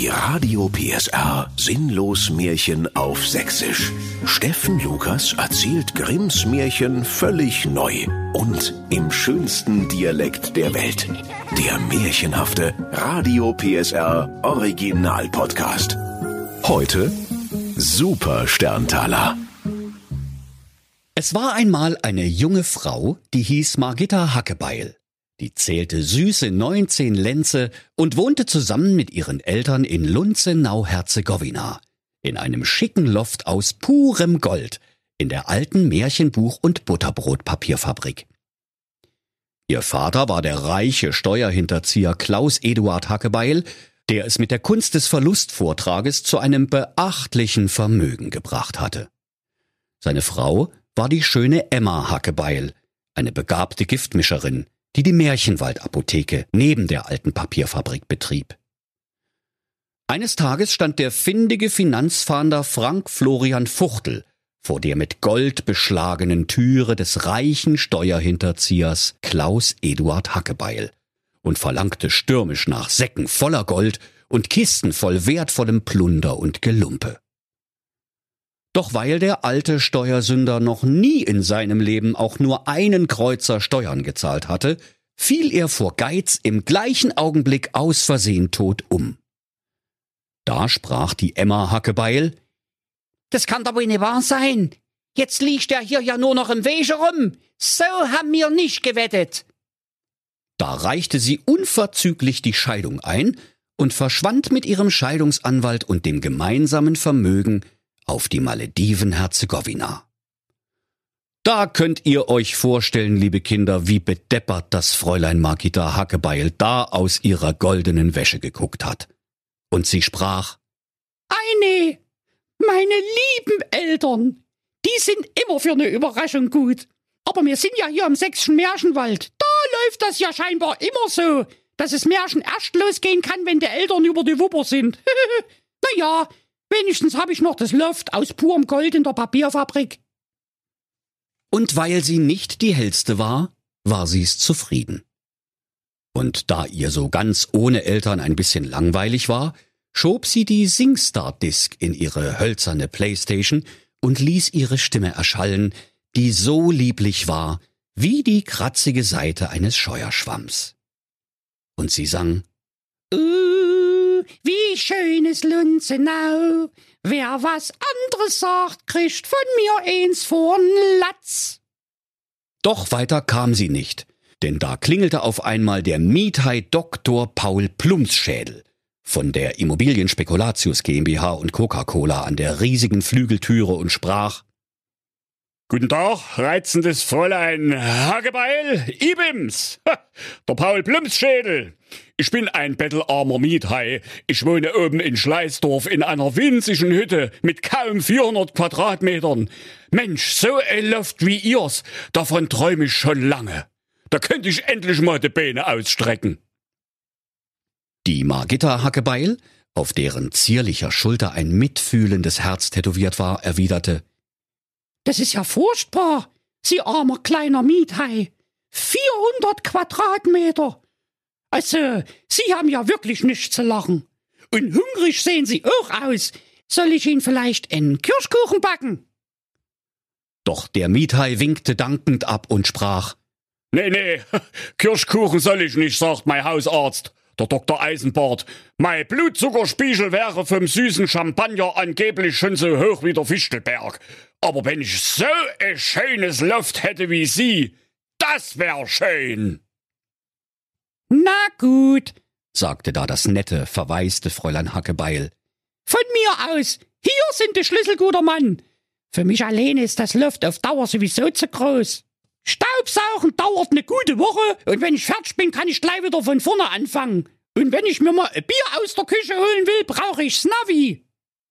Die Radio PSR Sinnlos-Märchen auf Sächsisch. Steffen Lukas erzählt Grimms Märchen völlig neu und im schönsten Dialekt der Welt. Der märchenhafte Radio PSR Original Podcast. Heute Super Sterntaler. Es war einmal eine junge Frau, die hieß Margitta Hackebeil. Die zählte süße 19 Lenze und wohnte zusammen mit ihren Eltern in Lunzenau-Herzegowina, in einem schicken Loft aus purem Gold, in der alten Märchenbuch- und Butterbrotpapierfabrik. Ihr Vater war der reiche Steuerhinterzieher Klaus Eduard Hackebeil, der es mit der Kunst des Verlustvortrages zu einem beachtlichen Vermögen gebracht hatte. Seine Frau war die schöne Emma Hackebeil, eine begabte Giftmischerin, die Märchenwaldapotheke neben der alten Papierfabrik betrieb. Eines Tages stand der findige Finanzfahnder Frank Florian Fuchtel vor der mit Gold beschlagenen Türe des reichen Steuerhinterziehers Klaus Eduard Hackebeil und verlangte stürmisch nach Säcken voller Gold und Kisten voll wertvollem Plunder und Gelumpe. Doch weil der alte Steuersünder noch nie in seinem Leben auch nur einen Kreuzer Steuern gezahlt hatte, fiel er vor Geiz im gleichen Augenblick aus Versehen tot um. Da sprach die Emma Hackebeil: »Das kann doch wohl nicht wahr sein. Jetzt liegt er hier ja nur noch im Wege rum. So haben wir nicht gewettet.« Da reichte sie unverzüglich die Scheidung ein und verschwand mit ihrem Scheidungsanwalt und dem gemeinsamen Vermögen auf die Malediven Herzegowina. Da könnt ihr euch vorstellen, liebe Kinder, wie bedeppert das Fräulein Margitta Hackebeil da aus ihrer goldenen Wäsche geguckt hat. Und sie sprach: »Ei, meine lieben Eltern, die sind immer für eine Überraschung gut. Aber wir sind ja hier im sächsischen Märchenwald. Da läuft das ja scheinbar immer so, dass das Märchen erst losgehen kann, wenn die Eltern über die Wupper sind. Naja, wenigstens habe ich noch das Loft aus purem Gold in der Papierfabrik.« Und weil sie nicht die hellste war sie's zufrieden. Und da ihr so ganz ohne Eltern ein bisschen langweilig war, schob sie die SingStar-Disk in ihre hölzerne Playstation und ließ ihre Stimme erschallen, die so lieblich war wie die kratzige Seite eines Scheuerschwamms. Und sie sang: Wie schön ist Lunzenau, wer was anderes sagt, kriegt von mir eins vorn Latz. Doch weiter kam sie nicht, denn da klingelte auf einmal der Miethai Dr. Paul Plumpsschädel von der Immobilienspekulatius GmbH und Coca-Cola an der riesigen Flügeltüre und sprach: »Guten Tag, reizendes Fräulein Hackebeil, Ibims, der Paul Plumpsschädel. Ich bin ein bettelarmer Miethai. Ich wohne oben in Schleißdorf in einer winzigen Hütte mit kaum 400 Quadratmetern. Mensch, so ein Loft wie ihrs, davon träume ich schon lange. Da könnte ich endlich mal die Beine ausstrecken.« Die Margitta Hackebeil, auf deren zierlicher Schulter ein mitfühlendes Herz tätowiert war, erwiderte: »Das ist ja furchtbar, Sie armer kleiner Miethai. 400 Quadratmeter. Also, Sie haben ja wirklich nichts zu lachen. Und hungrig sehen Sie auch aus. Soll ich Ihnen vielleicht einen Kirschkuchen backen?« Doch der Miethai winkte dankend ab und sprach: Nee, Kirschkuchen soll ich nicht, sagt mein Hausarzt, der Dr. Eisenbart. Mein Blutzuckerspiegel wäre vom süßen Champagner angeblich schon so hoch wie der Fichtelberg. Aber wenn ich so ein schönes Loft hätte wie Sie, das wär schön.« »Na gut«, sagte da das nette, verwaiste Fräulein Hackebeil. »Von mir aus. Hier sind die Schlüssel, guter Mann. Für mich allein ist das Loft auf Dauer sowieso zu groß. Staubsaugen dauert eine gute Woche und wenn ich fertig bin, kann ich gleich wieder von vorne anfangen. Und wenn ich mir mal ein Bier aus der Küche holen will, brauche ich Snavi.«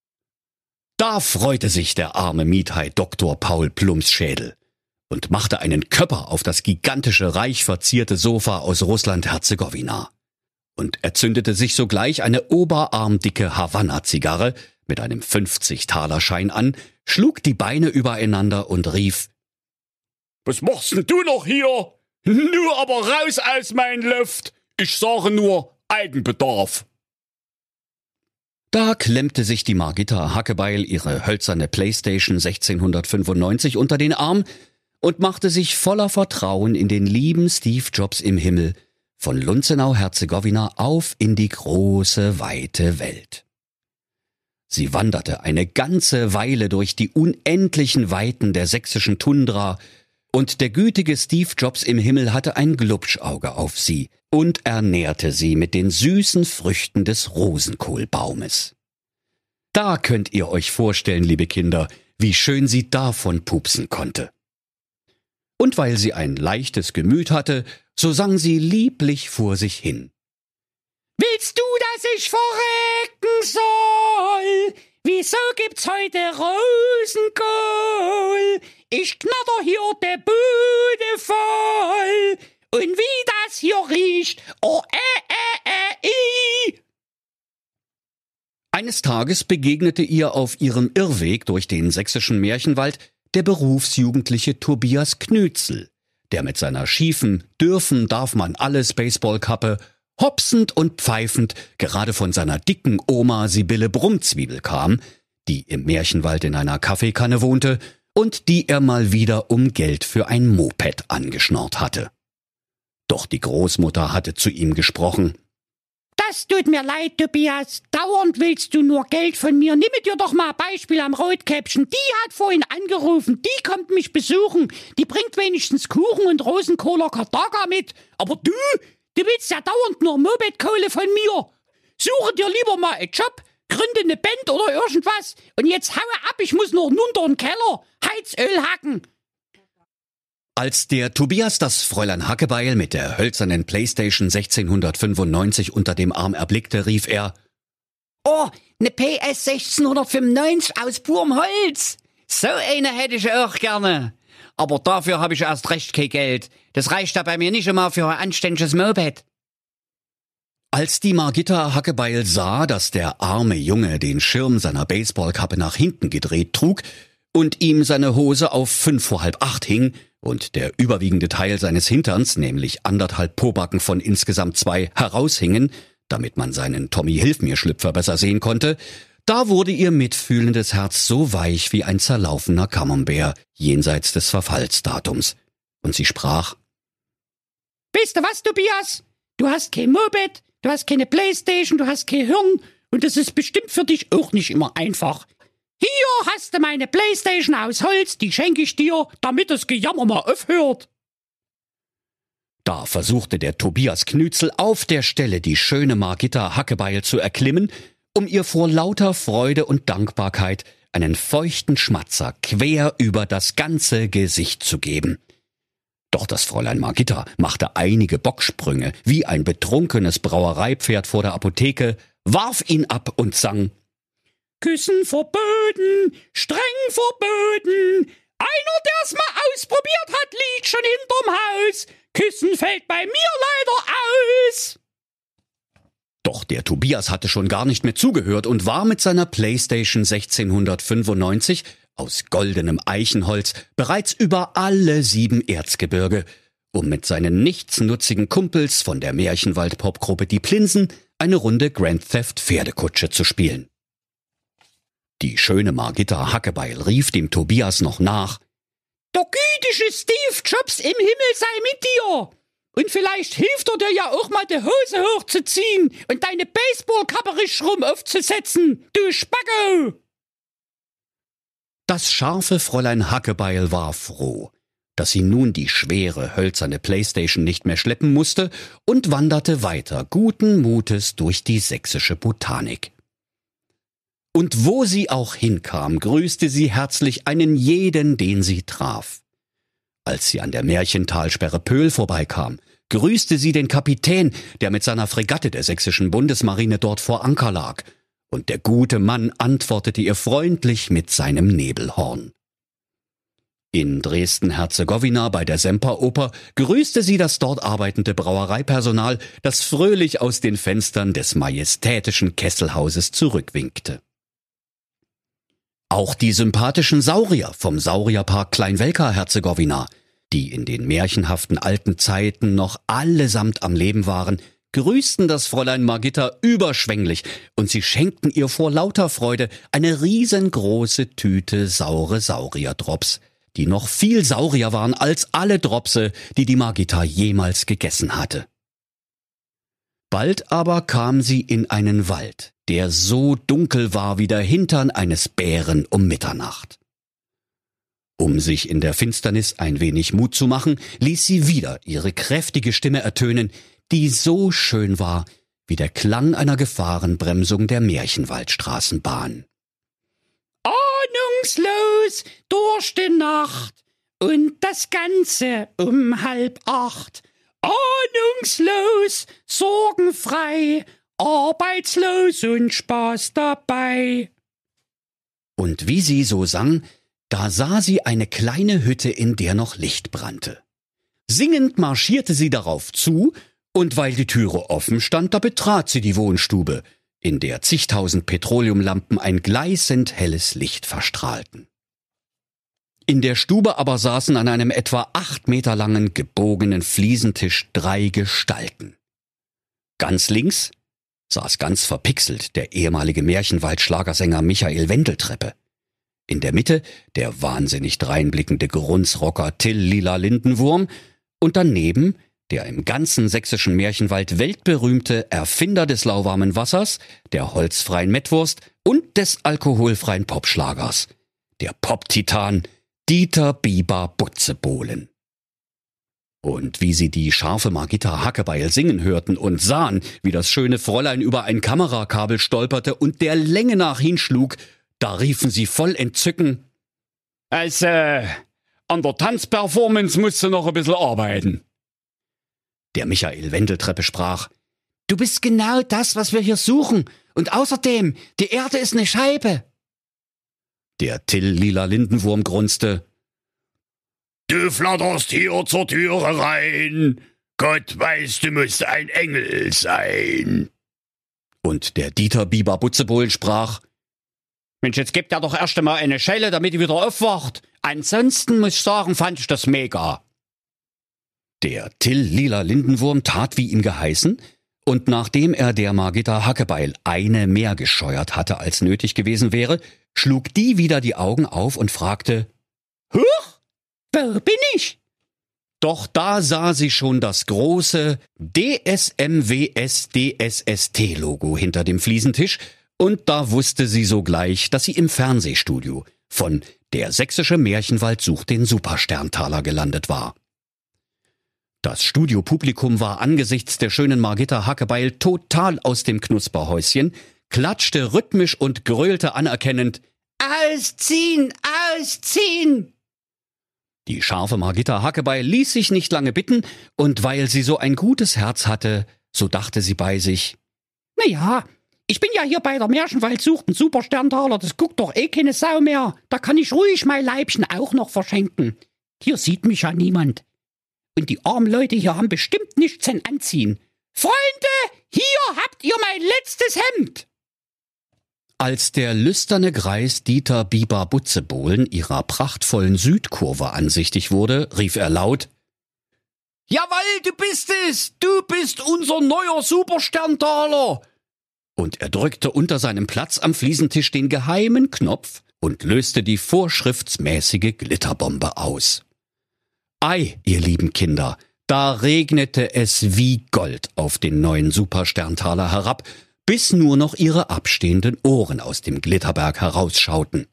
Da freute sich der arme Miethai Dr. Paul Plumpsschädel und machte einen Köpper auf das gigantische, reich verzierte Sofa aus Russland-Herzegowina und er zündete sich sogleich eine oberarmdicke Havanna-Zigarre mit einem 50-Taler-Schein an, schlug die Beine übereinander und rief: »Was machst denn du noch hier? Nur aber raus aus mein Loft. Ich sage nur Eigenbedarf.« Da klemmte sich die Margitta Hackebeil ihre hölzerne Playstation 1695 unter den Arm und machte sich voller Vertrauen in den lieben Steve Jobs im Himmel von Lunzenau-Herzegowina auf in die große, weite Welt. Sie wanderte eine ganze Weile durch die unendlichen Weiten der sächsischen Tundra, und der gütige Steve Jobs im Himmel hatte ein Glubschauge auf sie und ernährte sie mit den süßen Früchten des Rosenkohlbaumes. Da könnt ihr euch vorstellen, liebe Kinder, wie schön sie davon pupsen konnte. Und weil sie ein leichtes Gemüt hatte, so sang sie lieblich vor sich hin. Willst du, dass ich verrecken soll? Wieso gibt's heute Rosenkohl? Ich knatter hier de Bude voll. Und wie das hier riecht, oh, i. Eines Tages begegnete ihr auf ihrem Irrweg durch den sächsischen Märchenwald der berufsjugendliche Tobias Knützel, der mit seiner schiefen Dürfen-darf-man-alles Baseballkappe hopsend und pfeifend gerade von seiner dicken Oma Sibylle Brummzwiebel kam, die im Märchenwald in einer Kaffeekanne wohnte und die er mal wieder um Geld für ein Moped angeschnorrt hatte. Doch die Großmutter hatte zu ihm gesprochen. Das tut mir leid, Tobias. Dauernd willst du nur Geld von mir. Nimm dir doch mal ein Beispiel am Rotkäppchen. Die hat vorhin angerufen. Die kommt mich besuchen. Die bringt wenigstens Kuchen und Rosenkohler Karthaga mit. Aber du willst ja dauernd nur Mopedkohle von mir. Suche dir lieber mal einen Job, gründe eine Band oder irgendwas. Und jetzt haue ab, ich muss noch runter in den Keller. Heizöl hacken. Als der Tobias das Fräulein Hackebeil mit der hölzernen Playstation 1695 unter dem Arm erblickte, rief er: Oh, ne PS 1695 aus purem Holz. So eine hätte ich auch gerne. Aber dafür habe ich erst recht kein Geld. Das reicht ja bei mir nicht immer für ein anständiges Moped. Als die Margitta Hackebeil sah, dass der arme Junge den Schirm seiner Baseballkappe nach hinten gedreht trug und ihm seine Hose auf 7:45 hing und der überwiegende Teil seines Hinterns, nämlich 1,5 Pobacken von insgesamt 2, heraushingen, damit man seinen Tommy-Hilf-mir-Schlüpfer besser sehen konnte, da wurde ihr mitfühlendes Herz so weich wie ein zerlaufener Camembert jenseits des Verfallsdatums. Und sie sprach: Weißt du was, Tobias? Du hast kein Moped, du hast keine Playstation, du hast kein Hirn und es ist bestimmt für dich auch nicht immer einfach. Hier hast du meine Playstation aus Holz, die schenke ich dir, damit das Gejammer mal aufhört. Da versuchte der Tobias Knützel auf der Stelle die schöne Margitta Hackebeil zu erklimmen, um ihr vor lauter Freude und Dankbarkeit einen feuchten Schmatzer quer über das ganze Gesicht zu geben. Doch das Fräulein Margitta machte einige Bocksprünge wie ein betrunkenes Brauereipferd vor der Apotheke, warf ihn ab und sang: Küssen verboten, streng verboten. Einer, der's mal ausprobiert hat, liegt schon hinterm Haus. Küssen fällt bei mir leider aus. Doch der Tobias hatte schon gar nicht mehr zugehört und war mit seiner Playstation 1695 aus goldenem Eichenholz bereits über alle 7 Erzgebirge, um mit seinen nichtsnutzigen Kumpels von der Märchenwald-Popgruppe Die Plinsen eine Runde Grand Theft Pferdekutsche zu spielen. Die schöne Margitta Hackebeil rief dem Tobias noch nach: Der gütige Steve Jobs im Himmel sei mit dir! Und vielleicht hilft er dir ja auch mal die Hose hochzuziehen und deine Baseballkappe richtig rum aufzusetzen, du Spacko! Das scharfe Fräulein Hackebeil war froh, dass sie nun die schwere, hölzerne Playstation nicht mehr schleppen musste und wanderte weiter guten Mutes durch die sächsische Botanik. Und wo sie auch hinkam, grüßte sie herzlich einen jeden, den sie traf. Als sie an der Märchentalsperre Pöhl vorbeikam, grüßte sie den Kapitän, der mit seiner Fregatte der sächsischen Bundesmarine dort vor Anker lag, und der gute Mann antwortete ihr freundlich mit seinem Nebelhorn. In Dresden-Herzegowina bei der Semperoper grüßte sie das dort arbeitende Brauereipersonal, das fröhlich aus den Fenstern des majestätischen Kesselhauses zurückwinkte. Auch die sympathischen Saurier vom Saurierpark Kleinwelka-Herzegowina, die in den märchenhaften alten Zeiten noch allesamt am Leben waren, grüßten das Fräulein Margitta überschwänglich und sie schenkten ihr vor lauter Freude eine riesengroße Tüte saure Saurierdrops, die noch viel saurier waren als alle Dropse, die die Margitta jemals gegessen hatte. Bald aber kam sie in einen Wald, der so dunkel war wie der Hintern eines Bären um Mitternacht. Um sich in der Finsternis ein wenig Mut zu machen, ließ sie wieder ihre kräftige Stimme ertönen, die so schön war wie der Klang einer Gefahrenbremsung der Märchenwaldstraßenbahn. Ahnungslos durch die Nacht und das Ganze um 7:30. Ahnungslos, sorgenfrei, arbeitslos und Spaß dabei. Und wie sie so sang, da sah sie eine kleine Hütte, in der noch Licht brannte. Singend marschierte sie darauf zu, und weil die Türe offen stand, da betrat sie die Wohnstube, in der zigtausend Petroleumlampen ein gleißend helles Licht verstrahlten. In der Stube aber saßen an einem etwa 8 Meter langen, gebogenen Fliesentisch 3 Gestalten. Ganz links saß ganz verpixelt der ehemalige Märchenwald-Schlagersänger Michael Wendeltreppe. In der Mitte der wahnsinnig dreinblickende Grunzrocker Till Lila Lindenwurm und daneben der im ganzen sächsischen Märchenwald weltberühmte Erfinder des lauwarmen Wassers, der holzfreien Mettwurst und des alkoholfreien Popschlagers, der Pop-Titan Dieter Biber Butzebohlen. Und wie sie die scharfe Margitta Hackebeil singen hörten und sahen, wie das schöne Fräulein über ein Kamerakabel stolperte und der Länge nach hinschlug, da riefen sie voll Entzücken: An der Tanzperformance musst du noch ein bisschen arbeiten. Der Michael Wendeltreppe sprach: Du bist genau das, was wir hier suchen. Und außerdem, die Erde ist eine Scheibe. Der Till Lila Lindenwurm grunzte: Du flatterst hier zur Türe rein. Gott weiß, du musst ein Engel sein. Und der Dieter Biber Butzebohlen sprach: Mensch, jetzt gebt ja doch erst einmal eine Schelle, damit ihr wieder aufwacht. Ansonsten muss ich sagen, fand ich das mega. Der Till Lila Lindenwurm tat, wie ihm geheißen, und nachdem er der Margitta Hackebeil eine mehr gescheuert hatte, als nötig gewesen wäre, schlug die wieder die Augen auf und fragte: Huch, wo bin ich? Doch da sah sie schon das große DSMWS-DSST-Logo hinter dem Fliesentisch, und da wusste sie sogleich, dass sie im Fernsehstudio von Der sächsische Märchenwald sucht den Supersterntaler gelandet war. Das Studiopublikum war angesichts der schönen Margitta Hackebeil total aus dem Knusperhäuschen, klatschte rhythmisch und gröhlte anerkennend: Ausziehen, ausziehen! Die scharfe Margitta Hackebeil ließ sich nicht lange bitten, und weil sie so ein gutes Herz hatte, so dachte sie bei sich: Naja, ich bin ja hier bei der Märchenwald sucht den Supersterntaler, das guckt doch eh keine Sau mehr. Da kann ich ruhig mein Leibchen auch noch verschenken. Hier sieht mich ja niemand. Und die armen Leute hier haben bestimmt nichts zum Anziehen. Freunde, hier habt ihr mein letztes Hemd. Als der lüsterne Greis Dieter Biber Butzebohlen ihrer prachtvollen Südkurve ansichtig wurde, rief er laut: Jawohl, du bist es! Du bist unser neuer Supersterntaler! Und er drückte unter seinem Platz am Fliesentisch den geheimen Knopf und löste die vorschriftsmäßige Glitterbombe aus. Ei, ihr lieben Kinder, da regnete es wie Gold auf den neuen Supersterntaler herab, bis nur noch ihre abstehenden Ohren aus dem Glitterberg herausschauten.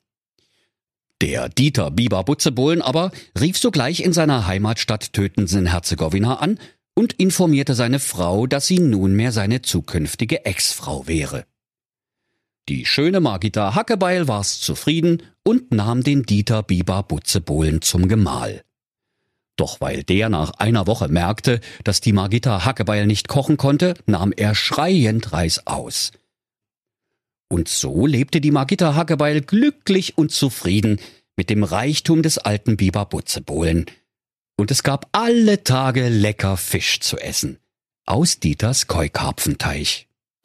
Der Dieter Biber Butzebohlen aber rief sogleich in seiner Heimatstadt Tötensen-Herzegowina an und informierte seine Frau, dass sie nunmehr seine zukünftige Ex-Frau wäre. Die schöne Margitta Hackebeil war's zufrieden und nahm den Dieter Biber Butzebohlen zum Gemahl. Doch weil der nach einer Woche merkte, dass die Margitta Hackebeil nicht kochen konnte, nahm er schreiend reißaus. Und so lebte die Margitta Hackebeil glücklich und zufrieden mit dem Reichtum des alten Biber Butzebohlen. Und es gab alle Tage lecker Fisch zu essen aus Dieters Keukarpfenteich.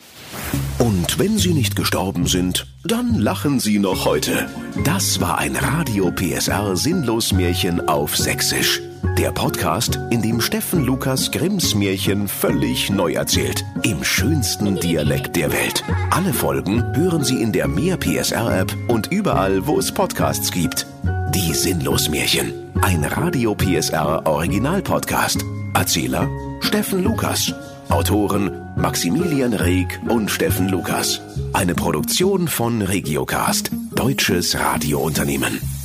Und wenn sie nicht gestorben sind, dann lachen sie noch heute. Das war ein Radio PSR Sinnlos Märchen auf Sächsisch. der Podcast, in dem Steffen Lukas Grimms Märchen völlig neu erzählt. Im schönsten Dialekt der Welt. Alle Folgen hören Sie in der Mehr PSR-App und überall, wo es Podcasts gibt. Die Sinnlos-Märchen. Ein Radio PSR Original-Podcast. Erzähler Steffen Lukas. Autoren Maximilian Reg und Steffen Lukas. Eine Produktion von Regiocast, deutsches Radiounternehmen.